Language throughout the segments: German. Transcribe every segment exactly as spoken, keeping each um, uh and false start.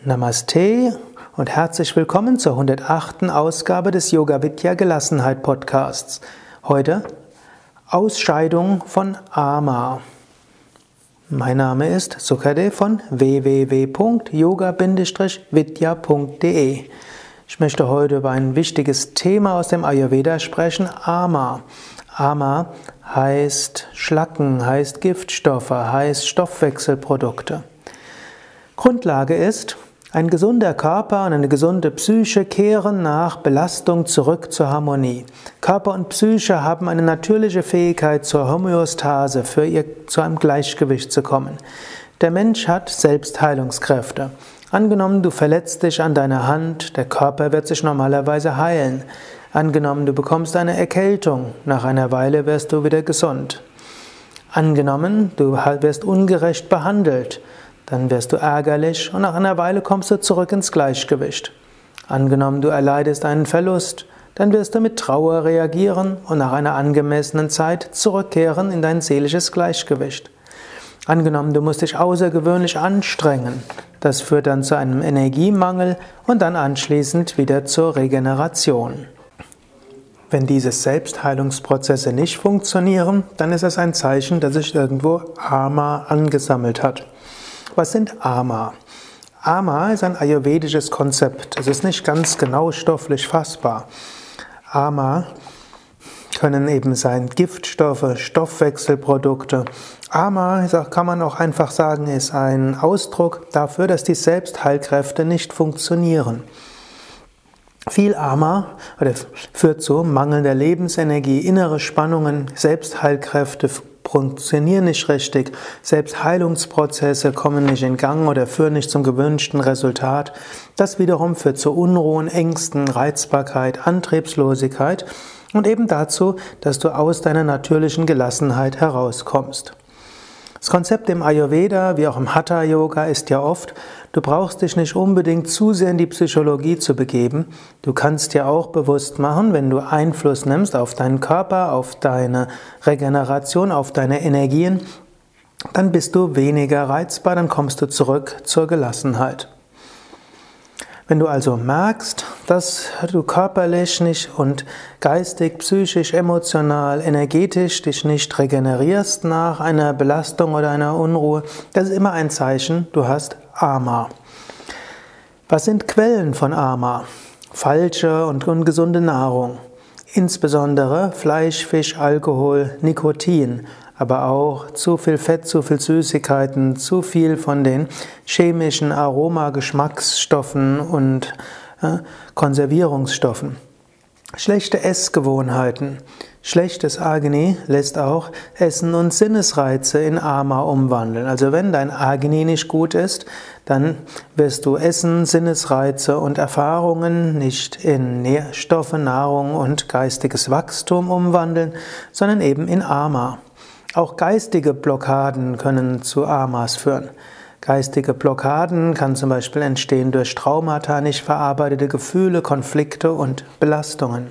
Namaste und herzlich willkommen zur hundertachten Ausgabe des Yoga Vidya Gelassenheit Podcasts. Heute Ausscheidung von Ama. Mein Name ist Sukadev von w w w punkt yoga vidya punkt de. Ich möchte heute über ein wichtiges Thema aus dem Ayurveda sprechen, Ama. Ama heißt Schlacken, heißt Giftstoffe, heißt Stoffwechselprodukte. Grundlage ist, ein gesunder Körper und eine gesunde Psyche kehren nach Belastung zurück zur Harmonie. Körper und Psyche haben eine natürliche Fähigkeit zur Homöostase, für ihr zu einem Gleichgewicht zu kommen. Der Mensch hat Selbstheilungskräfte. Angenommen, du verletzt dich an deiner Hand, der Körper wird sich normalerweise heilen. Angenommen, du bekommst eine Erkältung, nach einer Weile wirst du wieder gesund. Angenommen, du wirst ungerecht behandelt, dann wirst du ärgerlich und nach einer Weile kommst du zurück ins Gleichgewicht. Angenommen, du erleidest einen Verlust, dann wirst du mit Trauer reagieren und nach einer angemessenen Zeit zurückkehren in dein seelisches Gleichgewicht. Angenommen, du musst dich außergewöhnlich anstrengen, das führt dann zu einem Energiemangel und dann anschließend wieder zur Regeneration. Wenn diese Selbstheilungsprozesse nicht funktionieren, dann ist es ein Zeichen, dass sich irgendwo Ama angesammelt hat. Was sind Ama? Ama ist ein ayurvedisches Konzept. Es ist nicht ganz genau stofflich fassbar. Ama können eben sein Giftstoffe, Stoffwechselprodukte. Ama, kann man auch einfach sagen, ist ein Ausdruck dafür, dass die Selbstheilkräfte nicht funktionieren. Viel Ama oder führt zu mangelnder Lebensenergie, innere Spannungen, Selbstheilkräfte funktionieren nicht richtig, Selbstheilungsprozesse kommen nicht in Gang oder führen nicht zum gewünschten Resultat. Das wiederum führt zu Unruhen, Ängsten, Reizbarkeit, Antriebslosigkeit und eben dazu, dass du aus deiner natürlichen Gelassenheit herauskommst. Das Konzept im Ayurveda, wie auch im Hatha Yoga, ist ja oft, du brauchst dich nicht unbedingt zu sehr in die Psychologie zu begeben. Du kannst dir auch bewusst machen, wenn du Einfluss nimmst auf deinen Körper, auf deine Regeneration, auf deine Energien, dann bist du weniger reizbar, dann kommst du zurück zur Gelassenheit. Wenn du also merkst, dass du körperlich nicht und geistig, psychisch, emotional, energetisch dich nicht regenerierst nach einer Belastung oder einer Unruhe, das ist immer ein Zeichen, du hast Ama. Was sind Quellen von Ama? Falsche und ungesunde Nahrung, insbesondere Fleisch, Fisch, Alkohol, Nikotin, aber auch zu viel Fett, zu viel Süßigkeiten, zu viel von den chemischen Aroma-, Geschmacksstoffen und äh, Konservierungsstoffen. Schlechte Essgewohnheiten. Schlechtes Agni lässt auch Essen und Sinnesreize in Ama umwandeln. Also wenn dein Agni nicht gut ist, dann wirst du Essen, Sinnesreize und Erfahrungen nicht in Nährstoffe, Nahrung und geistiges Wachstum umwandeln, sondern eben in Ama. Auch geistige Blockaden können zu Amas führen. Geistige Blockaden kann zum Beispiel entstehen durch Traumata, nicht verarbeitete Gefühle, Konflikte und Belastungen.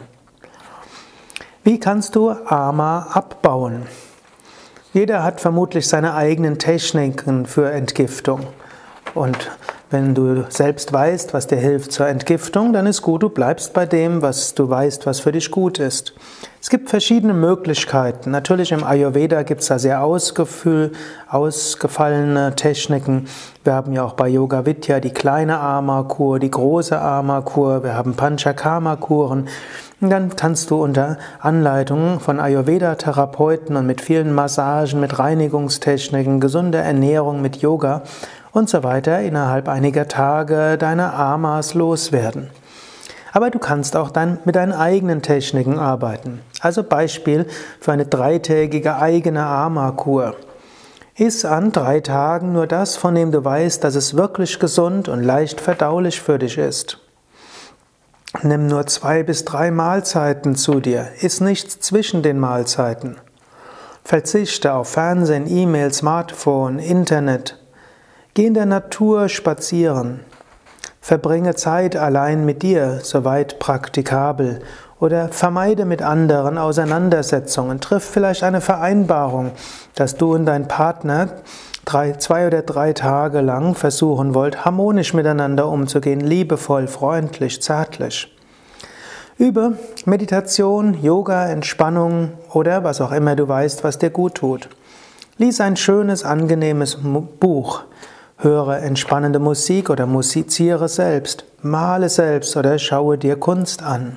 Wie kannst du Ama abbauen? Jeder hat vermutlich seine eigenen Techniken für Entgiftung. Und wenn du selbst weißt, was dir hilft zur Entgiftung, dann ist gut, du bleibst bei dem, was du weißt, was für dich gut ist. Es gibt verschiedene Möglichkeiten. Natürlich im Ayurveda gibt es da sehr ausgefühl, ausgefallene Techniken. Wir haben ja auch bei Yoga Vidya die kleine Ama-Kur, die große Ama-Kur, wir haben Panchakarma-Kuren. Und dann kannst du unter Anleitung von Ayurveda-Therapeuten und mit vielen Massagen, mit Reinigungstechniken, gesunder Ernährung, mit Yoga und so weiter innerhalb einiger Tage deine Amas loswerden. Aber du kannst auch dann mit deinen eigenen Techniken arbeiten. Also Beispiel für eine dreitägige eigene Ama-Kur. Iss an drei Tagen nur das, von dem du weißt, dass es wirklich gesund und leicht verdaulich für dich ist. Nimm nur zwei bis drei Mahlzeiten zu dir. Iss nichts zwischen den Mahlzeiten. Verzichte auf Fernsehen, E-Mail, Smartphone, Internet. Geh in der Natur spazieren. Verbringe Zeit allein mit dir, soweit praktikabel, oder vermeide mit anderen Auseinandersetzungen. Triff vielleicht eine Vereinbarung, dass du und dein Partner drei, zwei oder drei Tage lang versuchen wollt, harmonisch miteinander umzugehen, liebevoll, freundlich, zärtlich. Übe Meditation, Yoga, Entspannung oder was auch immer du weißt, was dir gut tut. Lies ein schönes, angenehmes Buch. Höre entspannende Musik oder musiziere selbst. Male selbst oder schaue dir Kunst an.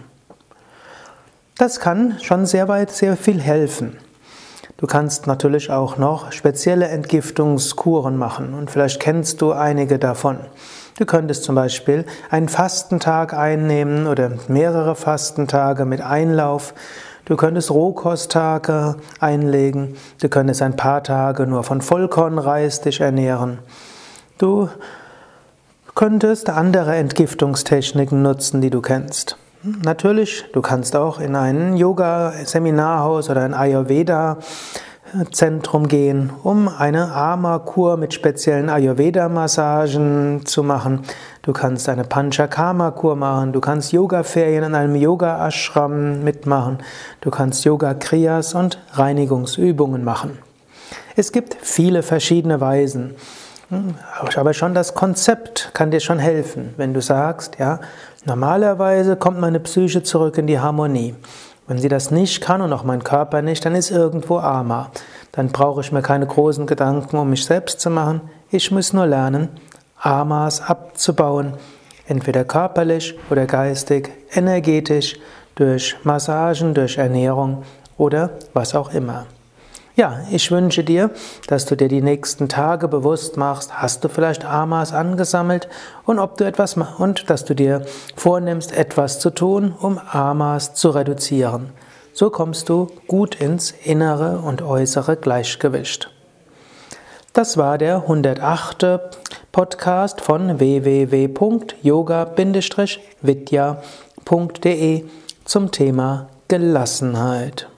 Das kann schon sehr weit, sehr viel helfen. Du kannst natürlich auch noch spezielle Entgiftungskuren machen und vielleicht kennst du einige davon. Du könntest zum Beispiel einen Fastentag einnehmen oder mehrere Fastentage mit Einlauf. Du könntest Rohkosttage einlegen. Du könntest ein paar Tage nur von Vollkornreis dich ernähren. Du könntest andere Entgiftungstechniken nutzen, die du kennst. Natürlich, du kannst auch in ein Yoga-Seminarhaus oder ein Ayurveda-Zentrum gehen, um eine Ama-Kur mit speziellen Ayurveda-Massagen zu machen. Du kannst eine Panchakarma-Kur machen, du kannst Yoga-Ferien in einem Yoga-Ashram mitmachen, du kannst Yoga-Kriyas und Reinigungsübungen machen. Es gibt viele verschiedene Weisen. Aber schon das Konzept kann dir schon helfen, wenn du sagst, ja, normalerweise kommt meine Psyche zurück in die Harmonie. Wenn sie das nicht kann und auch mein Körper nicht, dann ist irgendwo Ama. Dann brauche ich mir keine großen Gedanken um mich selbst zu machen. Ich muss nur lernen, Amas abzubauen, entweder körperlich oder geistig, energetisch, durch Massagen, durch Ernährung oder was auch immer. Ja, ich wünsche dir, dass du dir die nächsten Tage bewusst machst, hast du vielleicht Amas angesammelt und ob du etwas und dass du dir vornimmst, etwas zu tun, um Amas zu reduzieren. So kommst du gut ins innere und äußere Gleichgewicht. Das war der hundertachte Podcast von w w w punkt yoga Bindestrich vidya punkt de zum Thema Gelassenheit.